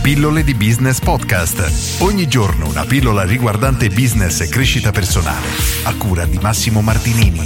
Pillole di Business Podcast. Ogni giorno una pillola riguardante business e crescita personale. A cura di Massimo Martinini.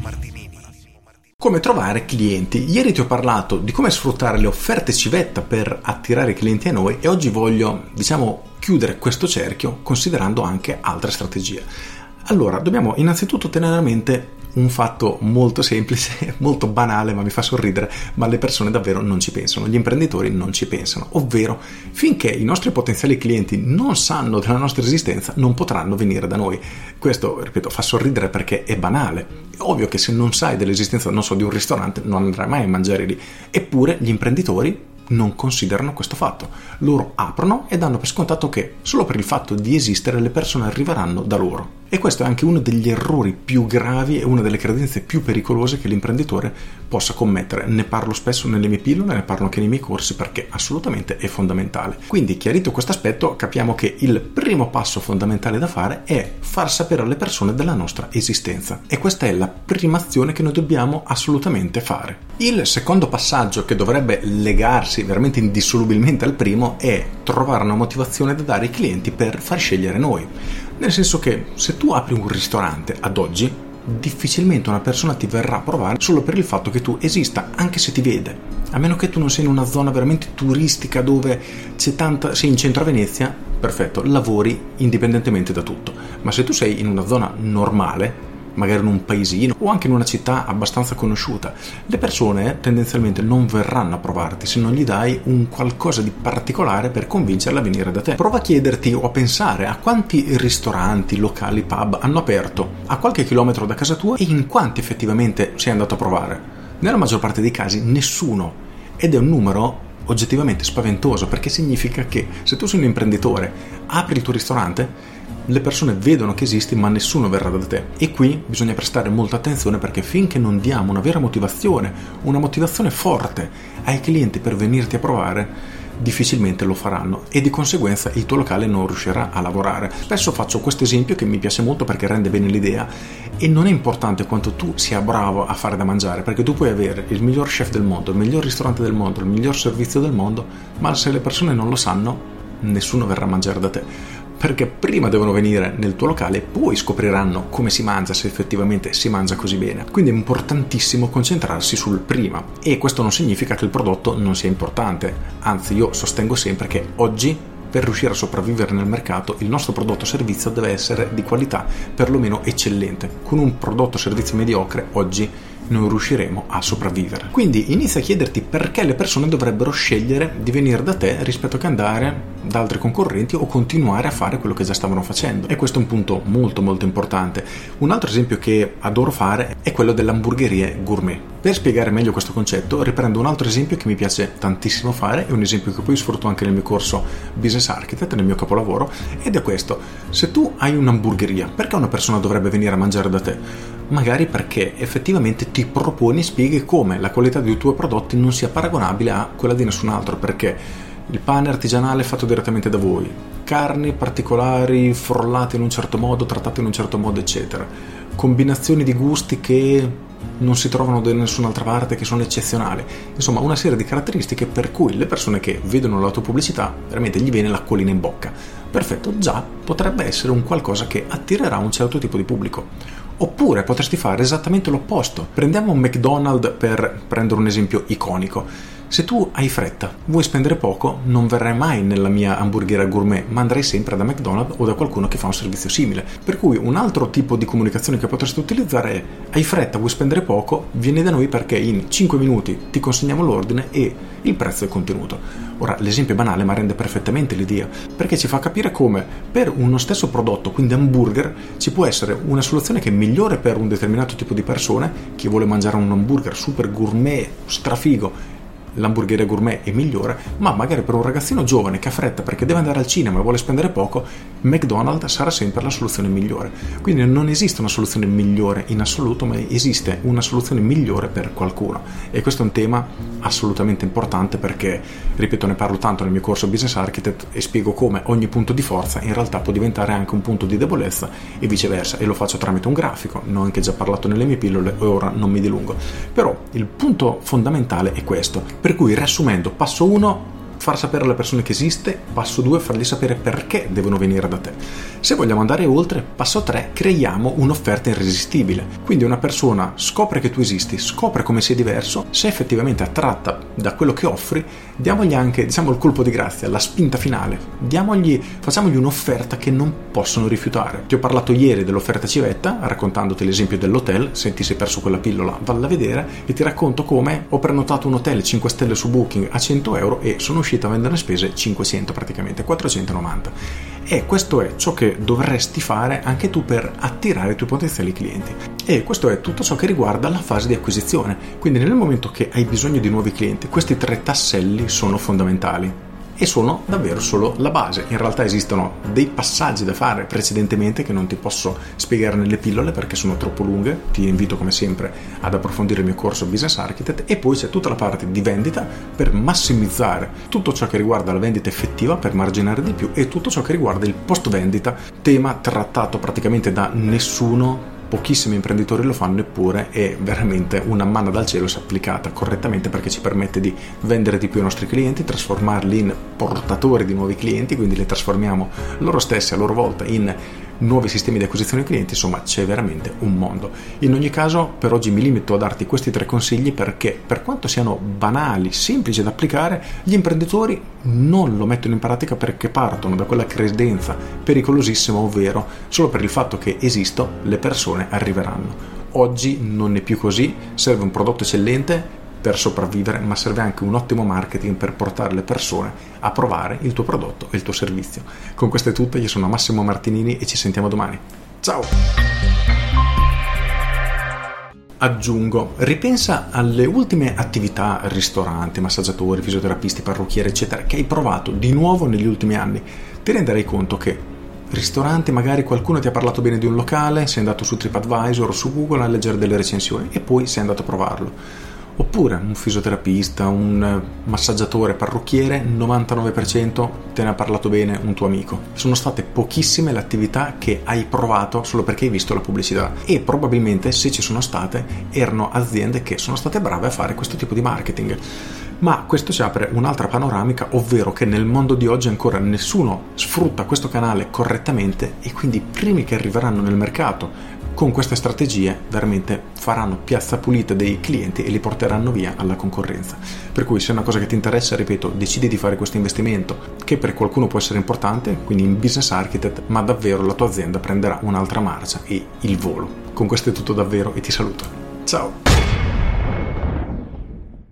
Come trovare clienti. Ieri ti ho parlato di come sfruttare le offerte civetta per attirare clienti a noi e oggi voglio, chiudere questo cerchio considerando anche altre strategie. Allora, dobbiamo innanzitutto tenere a mente un fatto molto semplice, molto banale, ma mi fa sorridere, ma le persone davvero non ci pensano, gli imprenditori non ci pensano, ovvero finché i nostri potenziali clienti non sanno della nostra esistenza non potranno venire da noi. Questo, ripeto, fa sorridere perché è banale. È ovvio che se non sai dell'esistenza, di un ristorante, non andrai mai a mangiare lì. Eppure gli imprenditori non considerano questo fatto. Loro aprono e danno per scontato che solo per il fatto di esistere le persone arriveranno da loro. E questo è anche uno degli errori più gravi e una delle credenze più pericolose che l'imprenditore possa commettere. Ne parlo spesso nelle mie pillole, ne parlo anche nei miei corsi perché assolutamente è fondamentale. Quindi, chiarito questo aspetto, capiamo che il primo passo fondamentale da fare è far sapere alle persone della nostra esistenza. E questa è la prima azione che noi dobbiamo assolutamente fare. Il secondo passaggio, che dovrebbe legarsi veramente indissolubilmente al primo, è trovare una motivazione da dare ai clienti per far scegliere noi. Nel senso che se tu apri un ristorante ad oggi, difficilmente una persona ti verrà a provare solo per il fatto che tu esista, anche se ti vede. A meno che tu non sei in una zona veramente turistica dove sei in centro a Venezia, perfetto, lavori indipendentemente da tutto. Ma se tu sei in una zona normale, magari in un paesino o anche in una città abbastanza conosciuta, le persone tendenzialmente non verranno a provarti se non gli dai un qualcosa di particolare per convincerle a venire da te. Prova a chiederti o a pensare a quanti ristoranti, locali, pub hanno aperto a qualche chilometro da casa tua e in quanti effettivamente sei andato a provare. Nella maggior parte dei casi nessuno, ed è un numero oggettivamente spaventoso, perché significa che se tu sei un imprenditore, apri il tuo ristorante, le persone vedono che esisti ma nessuno verrà da te. E qui bisogna prestare molta attenzione, perché finché non diamo una vera motivazione, una motivazione forte ai clienti per venirti a provare, difficilmente lo faranno e di conseguenza il tuo locale non riuscirà a lavorare. Spesso faccio questo esempio che mi piace molto perché rende bene l'idea, e non è importante quanto tu sia bravo a fare da mangiare, perché tu puoi avere il miglior chef del mondo, il miglior ristorante del mondo, il miglior servizio del mondo, ma se le persone non lo sanno, nessuno verrà a mangiare da te. Perché prima devono venire nel tuo locale, poi scopriranno come si mangia, se effettivamente si mangia così bene. Quindi è importantissimo concentrarsi sul prima, e questo non significa che il prodotto non sia importante, anzi io sostengo sempre che oggi, per riuscire a sopravvivere nel mercato, il nostro prodotto o servizio deve essere di qualità, perlomeno eccellente. Con un prodotto o servizio mediocre oggi non riusciremo a sopravvivere. Quindi inizia a chiederti perché le persone dovrebbero scegliere di venire da te rispetto che andare da altri concorrenti o continuare a fare quello che già stavano facendo. E questo è un punto molto molto importante. Un altro esempio che adoro fare è quello delle hamburgerie gourmet. Per spiegare meglio questo concetto riprendo un altro esempio che mi piace tantissimo fare, è un esempio che poi sfrutto anche nel mio corso Business Architect, nel mio capolavoro, ed è questo: se tu hai un'hamburgeria, perché una persona dovrebbe venire a mangiare da te? Magari perché effettivamente ti proponi e spieghi come la qualità dei tuoi prodotti non sia paragonabile a quella di nessun altro, perché il pane artigianale fatto direttamente da voi, carni particolari frollate in un certo modo, trattate in un certo modo, eccetera, combinazioni di gusti che non si trovano da nessun'altra parte, che sono eccezionali, insomma una serie di caratteristiche per cui le persone che vedono la tua pubblicità veramente gli viene l'acquolina in bocca. Perfetto, già potrebbe essere un qualcosa che attirerà un certo tipo di pubblico. Oppure potresti fare esattamente l'opposto. Prendiamo un McDonald's per prendere un esempio iconico. Se tu hai fretta, vuoi spendere poco, non verrai mai nella mia hamburgeria gourmet, ma andrai sempre da McDonald's o da qualcuno che fa un servizio simile. Per cui un altro tipo di comunicazione che potresti utilizzare è: hai fretta, vuoi spendere poco, vieni da noi perché in 5 minuti ti consegniamo l'ordine e il prezzo è contenuto. Ora, l'esempio è banale ma rende perfettamente l'idea, perché ci fa capire come per uno stesso prodotto, quindi hamburger, ci può essere una soluzione che è migliore per un determinato tipo di persone. Chi vuole mangiare un hamburger super gourmet, strafigo, l'hamburgeria gourmet è migliore, ma magari per un ragazzino giovane che ha fretta perché deve andare al cinema e vuole spendere poco, McDonald's sarà sempre la soluzione migliore. Quindi non esiste una soluzione migliore in assoluto, ma esiste una soluzione migliore per qualcuno, e questo è un tema assolutamente importante perché, ripeto, ne parlo tanto nel mio corso Business Architect e spiego come ogni punto di forza in realtà può diventare anche un punto di debolezza e viceversa, e lo faccio tramite un grafico. Ne ho anche già parlato nelle mie pillole e ora non mi dilungo, però il punto fondamentale è questo. Per cui, riassumendo, passo 1: far sapere alle persone che esiste. Passo 2, fargli sapere perché devono venire da te. Se vogliamo andare oltre, passo 3, creiamo un'offerta irresistibile. Quindi una persona scopre che tu esisti, scopre come sei diverso, se effettivamente attratta da quello che offri, diamogli anche, diciamo, il colpo di grazia, la spinta finale, facciamogli un'offerta che non possono rifiutare. Ti ho parlato ieri dell'offerta civetta, raccontandoti l'esempio dell'hotel. Se ti sei perso quella pillola, valla a vedere, e ti racconto come ho prenotato un hotel 5 stelle su Booking a 100 euro e sono uscito a vendere spese 500, praticamente 490. E questo è ciò che dovresti fare anche tu per attirare i tuoi potenziali clienti. E questo è tutto ciò che riguarda la fase di acquisizione. Quindi nel momento che hai bisogno di nuovi clienti, questi 3 tasselli sono fondamentali e sono davvero solo la base. In realtà esistono dei passaggi da fare precedentemente che non ti posso spiegare nelle pillole perché sono troppo lunghe. Ti invito come sempre ad approfondire il mio corso Business Architect, e poi c'è tutta la parte di vendita per massimizzare tutto ciò che riguarda la vendita effettiva, per marginare di più, e tutto ciò che riguarda il post vendita, tema trattato praticamente da nessuno. Pochissimi imprenditori lo fanno, eppure è veramente una manna dal cielo se applicata correttamente, perché ci permette di vendere di più ai nostri clienti, trasformarli in portatori di nuovi clienti, quindi li trasformiamo loro stessi a loro volta in nuovi sistemi di acquisizione clienti. Insomma, c'è veramente un mondo. In ogni caso, per oggi mi limito a darti questi 3 consigli perché, per quanto siano banali, semplici da applicare, gli imprenditori non lo mettono in pratica perché partono da quella credenza pericolosissima, ovvero solo per il fatto che esisto le persone arriveranno. Oggi non è più così, serve un prodotto eccellente per sopravvivere, ma serve anche un ottimo marketing per portare le persone a provare il tuo prodotto e il tuo servizio. Con questo è tutto, io sono Massimo Martinini e ci sentiamo domani. Ciao! Aggiungo, ripensa alle ultime attività, ristoranti, massaggiatori, fisioterapisti, parrucchieri, eccetera, che hai provato di nuovo negli ultimi anni. Ti renderai conto che ristoranti, magari qualcuno ti ha parlato bene di un locale, sei andato su TripAdvisor o su Google a leggere delle recensioni e poi sei andato a provarlo. Oppure un fisioterapista, un massaggiatore, parrucchiere, 99% te ne ha parlato bene un tuo amico. Sono state pochissime le attività che hai provato solo perché hai visto la pubblicità, e probabilmente, se ci sono state, erano aziende che sono state brave a fare questo tipo di marketing. Ma questo ci apre un'altra panoramica, ovvero che nel mondo di oggi ancora nessuno sfrutta questo canale correttamente, e quindi i primi che arriveranno nel mercato con queste strategie veramente faranno piazza pulita dei clienti e li porteranno via alla concorrenza. Per cui, se è una cosa che ti interessa, ripeto, decidi di fare questo investimento che per qualcuno può essere importante, quindi in Business Architect, ma davvero la tua azienda prenderà un'altra marcia e il volo. Con questo è tutto davvero e ti saluto. Ciao!